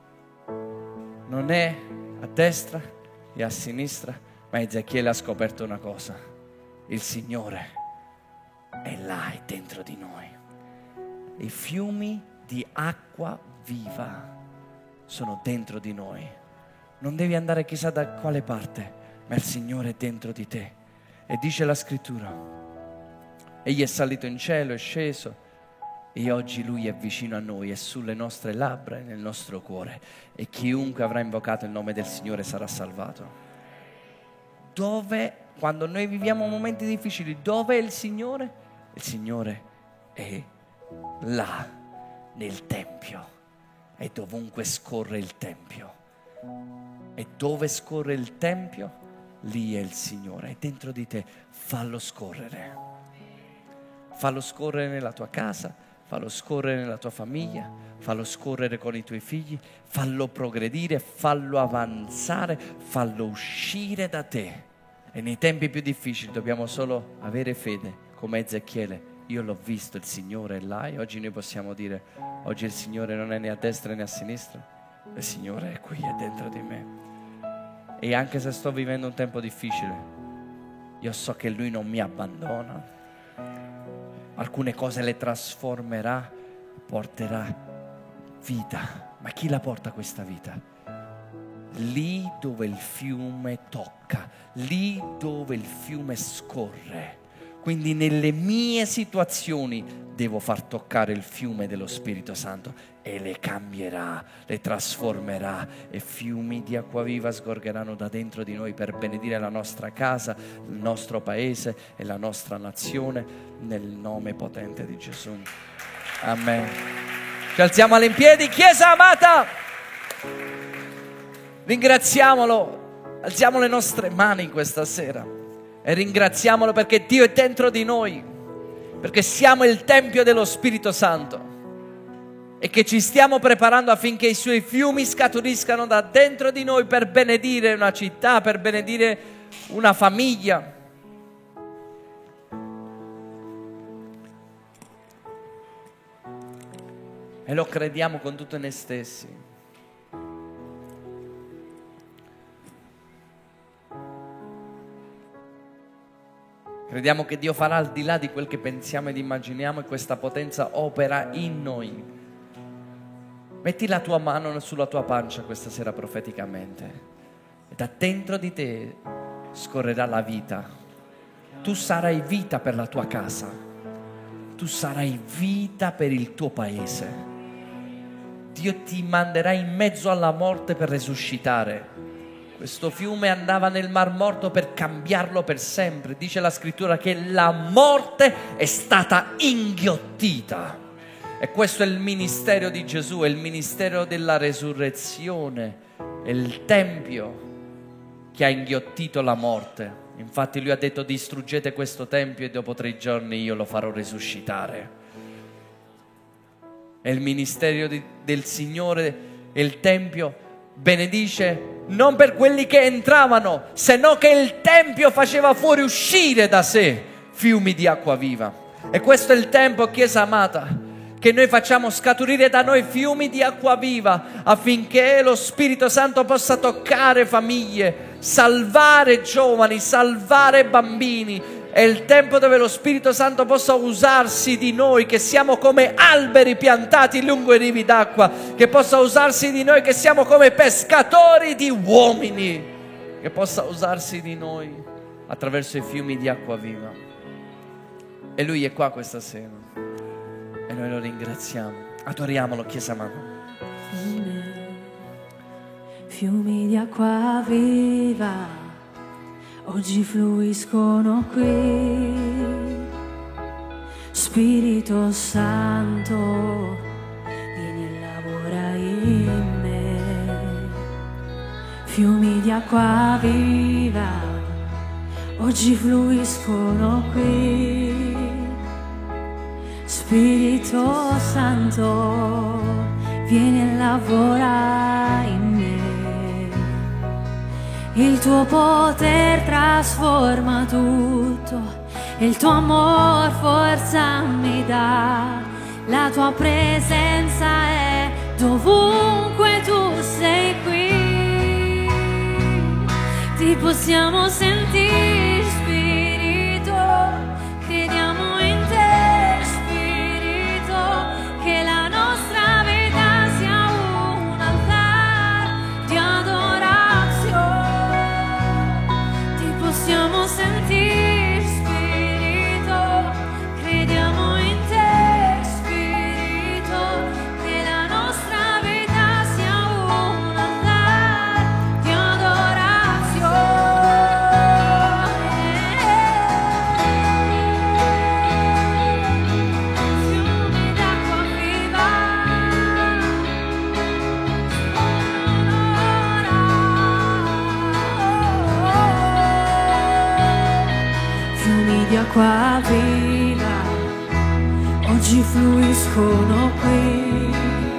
Non è a destra e a sinistra, ma Ezechiele ha scoperto una cosa: il Signore è là, è dentro di noi. I fiumi di acqua viva sono dentro di noi. Non devi andare chissà da quale parte, ma il Signore è dentro di te. E dice la scrittura: Egli è salito in cielo, è sceso, e oggi Lui è vicino a noi, è sulle nostre labbra e nel nostro cuore, e chiunque avrà invocato il nome del Signore sarà salvato. Dove, quando noi viviamo momenti difficili, dove è il Signore? Il Signore è là, nel Tempio, e dovunque scorre il Tempio. E dove scorre il Tempio, lì è il Signore, è dentro di te. Fallo scorrere. Fallo scorrere nella tua casa, fallo scorrere nella tua famiglia, fallo scorrere con i tuoi figli, fallo progredire, fallo avanzare, fallo uscire da te. E nei tempi più difficili dobbiamo solo avere fede, come Ezechiele: io l'ho visto, il Signore è là. E oggi noi possiamo dire: oggi il Signore non è né a destra né a sinistra, il Signore è qui, è dentro di me. E anche se sto vivendo un tempo difficile, io so che Lui non mi abbandona. Alcune cose le trasformerà, porterà vita Ma chi la porta questa vita? Lì dove il fiume tocca, lì dove il fiume scorre. Quindi nelle mie situazioni devo far toccare il fiume dello Spirito Santo e le cambierà, le trasformerà, e fiumi di acqua viva sgorgeranno da dentro di noi per benedire la nostra casa, il nostro paese e la nostra nazione, nel nome potente di Gesù. Amen. Ci alziamo in piedi, Chiesa amata, ringraziamolo, alziamo le nostre mani questa sera e ringraziamolo perché Dio è dentro di noi, perché siamo il Tempio dello Spirito Santo e che ci stiamo preparando affinché i suoi fiumi scaturiscano da dentro di noi per benedire una città, per benedire una famiglia. E lo crediamo con tutto noi stessi. Crediamo che Dio farà al di là di quel che pensiamo ed immaginiamo, e questa potenza opera in noi. Metti la tua mano sulla tua pancia questa sera profeticamente e da dentro di te scorrerà la vita. Tu sarai vita per la tua casa, tu sarai vita per il tuo paese. Dio ti manderà in mezzo alla morte per resuscitare. Questo fiume andava nel Mar Morto per cambiarlo per sempre. Dice la scrittura che la morte è stata inghiottita. E questo è il ministero di Gesù, è il ministero della resurrezione, è il Tempio che ha inghiottito la morte. Infatti lui ha detto: distruggete questo Tempio e dopo tre giorni io lo farò risuscitare. È il ministero di, del Signore, e il Tempio benedice non per quelli che entravano, se no che il Tempio faceva fuoriuscire da sé fiumi di acqua viva. E questo è il tempo, Chiesa amata, che noi facciamo scaturire da noi fiumi di acqua viva affinché lo Spirito Santo possa toccare famiglie, salvare giovani, salvare bambini. È il tempo dove lo Spirito Santo possa usarsi di noi, che siamo come alberi piantati lungo i rivi d'acqua, che possa usarsi di noi, che siamo come pescatori di uomini, che possa usarsi di noi attraverso i fiumi di acqua viva. E Lui è qua questa sera e noi lo ringraziamo. Adoriamolo, Chiesa amata. Fiumi di acqua viva oggi fluiscono qui. Spirito Santo, vieni e lavora in me. Fiumi di acqua viva oggi fluiscono qui. Spirito Santo, vieni e lavora in me. Il tuo potere trasforma tutto, e il tuo amor forza mi dà. La tua presenza è dovunque tu sei qui. Ti possiamo sentire, Spirito, crediamo in te, Spirito, che la nostra vita sia un altar di adorazione. Ti possiamo sentire, Spirito, crediamo in te, Spirito, che la nostra vita sia un altar di adorazione. Fiumi d'acqua viva Fiumi di acqua viva oggi fluiscono qui.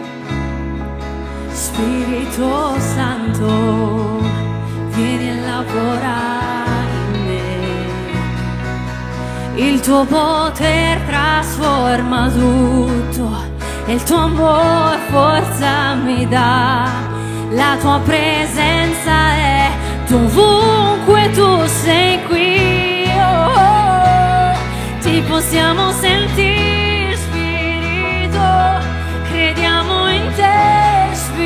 Spirito Santo, vieni e lavora in me. Il tuo potere trasforma tutto, e il tuo amor forza mi dà. La tua presenza è dovunque tu sei qui. Oh, oh, ti possiamo sentire, Spirito, crediamo in te, Spirito.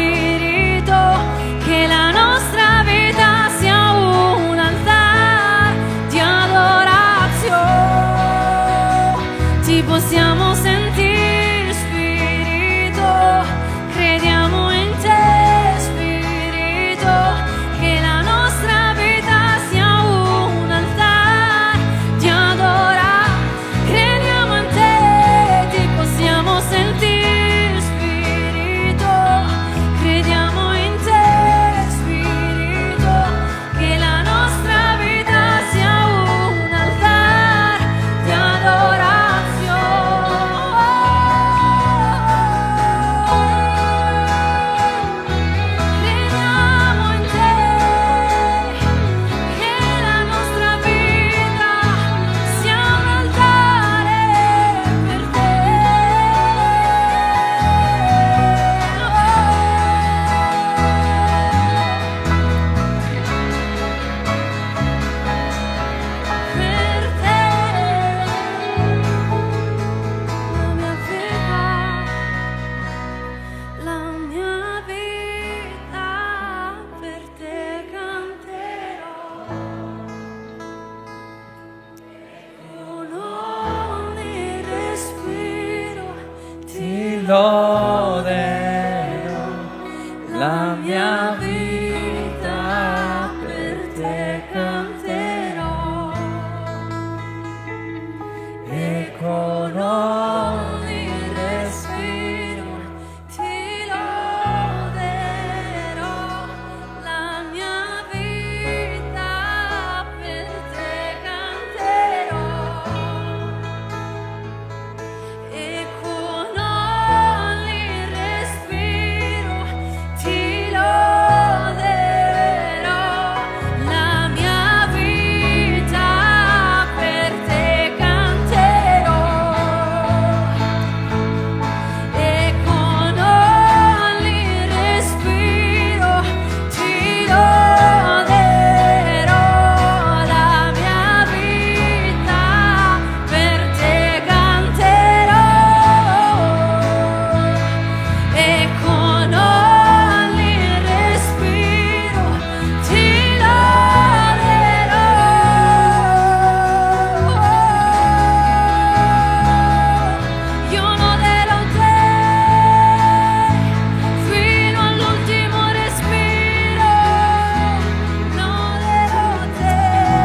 loderò, la mia vita per te canterò, e con ogni respiro ti loderò, la mia vita per te canterò, e con ogni respiro ti loderò, la mia vita per te canterò, e con ogni respiro ti loderò, la mia vita per te canterò, e con ogni respiro ti loderò. Io loderò te fino all'ultimo respiro, loderò te,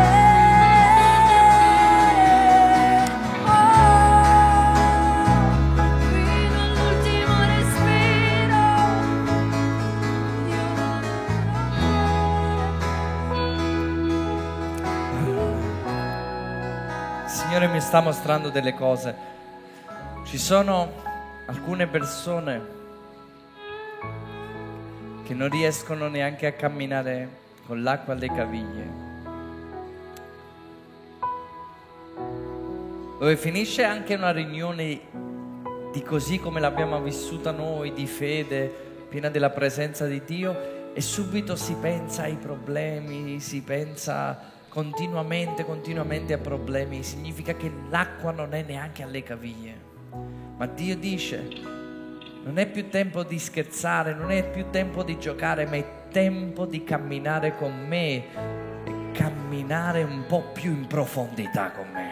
oh, fino all'ultimo respiro, io loderò. Il Signore mi sta mostrando delle cose. Ci sono alcune persone che non riescono neanche a camminare con l'acqua alle caviglie, dove finisce anche una riunione di così come l'abbiamo vissuta noi, di fede, piena della presenza di Dio, e subito si pensa ai problemi, si pensa continuamente, continuamente a problemi. Significa che l'acqua non è neanche alle caviglie. Ma Dio dice: non è più tempo di scherzare, non è più tempo di giocare, ma è tempo di camminare con me e camminare un po' più in profondità con me.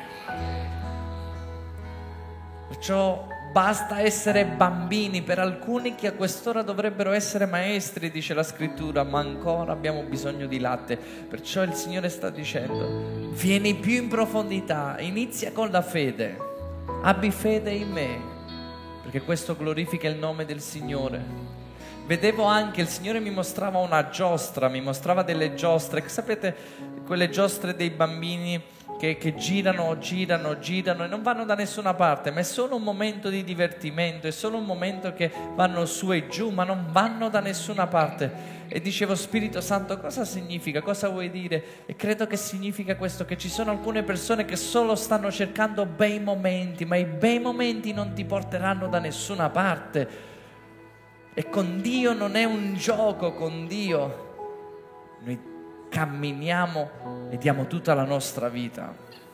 Perciò basta essere bambini per alcuni che a quest'ora dovrebbero essere maestri, dice la scrittura, ma ancora abbiamo bisogno di latte. Perciò il Signore sta dicendo: vieni più in profondità, inizia con la fede, abbi fede in me, perché questo glorifica il nome del Signore. Vedevo anche, il Signore mi mostrava una giostra, mi mostrava delle giostre, sapete, quelle giostre dei bambini che, che girano, girano, girano e non vanno da nessuna parte, ma è solo un momento di divertimento, è solo un momento che vanno su e giù, ma non vanno da nessuna parte. E dicevo: Spirito Santo, cosa significa? Cosa vuoi dire? E credo che significa questo, che ci sono alcune persone che solo stanno cercando bei momenti, ma i bei momenti non ti porteranno da nessuna parte. E con Dio non è un gioco, con Dio noi camminiamo e diamo tutta la nostra vita.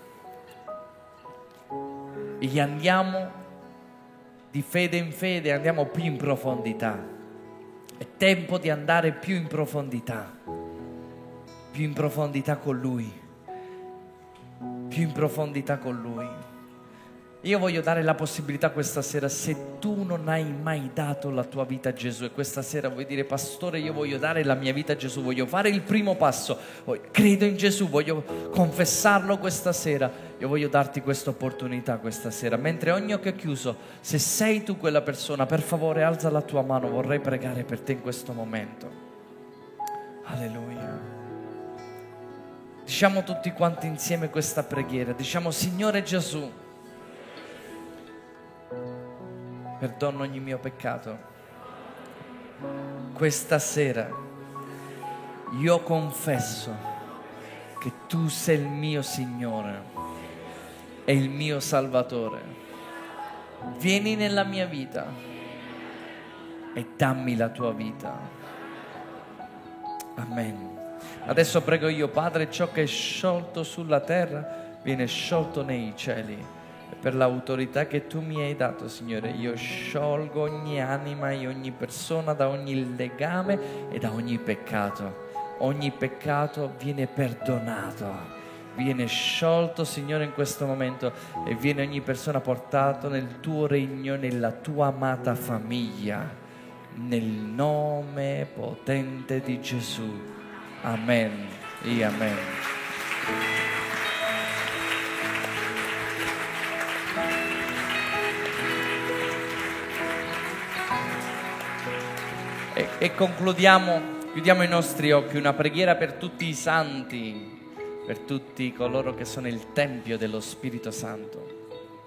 E gli andiamo di fede in fede, andiamo più in profondità. È tempo di andare più in profondità, più in profondità con Lui, più in profondità con Lui. Io voglio dare la possibilità questa sera, se tu non hai mai dato la tua vita a Gesù e questa sera vuoi dire: Pastore, io voglio dare la mia vita a Gesù, voglio fare il primo passo, credo in Gesù, voglio confessarlo questa sera, io voglio darti questa opportunità questa sera. Mentre ogni occhio è chiuso, se sei tu quella persona, per favore alza la tua mano, vorrei pregare per te in questo momento. Alleluia. Diciamo tutti quanti insieme questa preghiera, diciamo: Signore Gesù, perdono ogni mio peccato. Questa sera io confesso che tu sei il mio Signore e il mio Salvatore. Vieni nella mia vita e dammi la tua vita. Amen. Adesso prego io: Padre, ciò che è sciolto sulla terra viene sciolto nei cieli. Per l'autorità che tu mi hai dato, Signore, io sciolgo ogni anima e ogni persona da ogni legame e da ogni peccato. Ogni peccato viene perdonato viene sciolto, Signore, in questo momento, e viene ogni persona portato nel tuo regno, nella tua amata famiglia, nel nome potente di Gesù. Amen e amen. E, e concludiamo, chiudiamo i nostri occhi, una preghiera per tutti i santi, per tutti coloro che sono il Tempio dello Spirito Santo.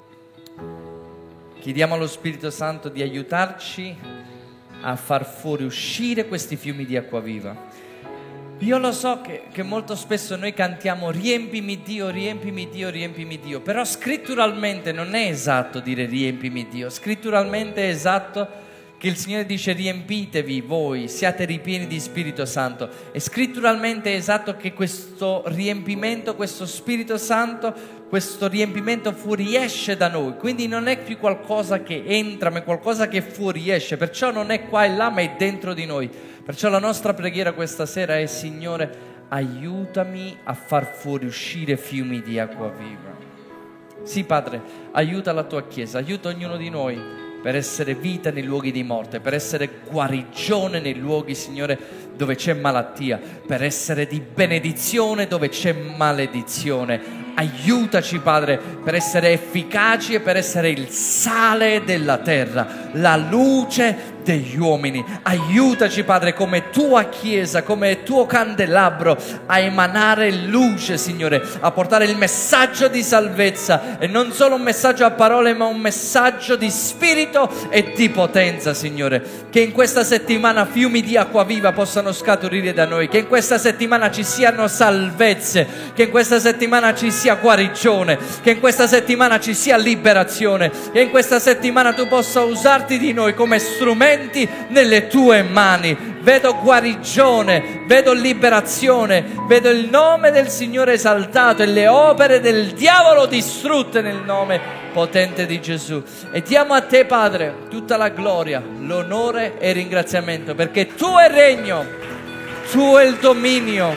Chiediamo allo Spirito Santo di aiutarci a far fuoriuscire questi fiumi di acqua viva. Io lo so che, che molto spesso noi cantiamo riempimi Dio, riempimi Dio, riempimi Dio, però scritturalmente non è esatto dire riempimi Dio, scritturalmente è esatto che il Signore dice riempitevi voi, siate ripieni di Spirito Santo, e scritturalmente è esatto che questo riempimento, questo Spirito Santo, questo riempimento fuoriesce da noi, quindi non è più qualcosa che entra, ma è qualcosa che fuoriesce, perciò non è qua e là, ma è dentro di noi. Perciò la nostra preghiera questa sera è: Signore, aiutami a far fuoriuscire fiumi di acqua viva. Sì, Padre, aiuta la tua Chiesa, aiuta ognuno di noi per essere vita nei luoghi di morte, per essere guarigione nei luoghi, Signore, dove c'è malattia, per essere di benedizione dove c'è maledizione. Aiutaci, Padre, per essere efficaci e per essere il sale della terra, la luce degli uomini. Aiutaci, Padre, come tua Chiesa, come tuo candelabro, a emanare luce, Signore, a portare il messaggio di salvezza, e non solo un messaggio a parole, ma un messaggio di spirito e di potenza, Signore. Che in questa settimana fiumi di acqua viva possano scaturire da noi, che in questa settimana ci siano salvezze, che in questa settimana ci sia guarigione, che in questa settimana ci sia liberazione, che in questa settimana tu possa usarti di noi come strumenti nelle tue mani. Vedo guarigione, vedo liberazione, vedo il nome del Signore esaltato e le opere del diavolo distrutte nel nome potente di Gesù. E diamo a te, Padre, tutta la gloria, l'onore e il ringraziamento, perché tu è il regno, tu è il dominio,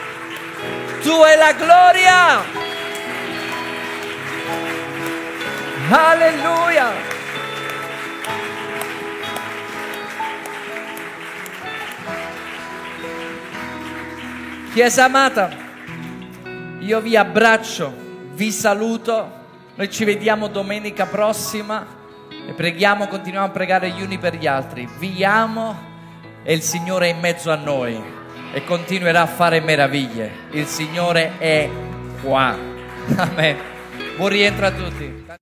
tu è la gloria. Alleluia. Chiesa amata, io vi abbraccio, vi saluto, noi ci vediamo domenica prossima e preghiamo, continuiamo a pregare gli uni per gli altri. Vi amo e il Signore è in mezzo a noi e continuerà a fare meraviglie. Il Signore è qua. Amen. Buon rientro a tutti.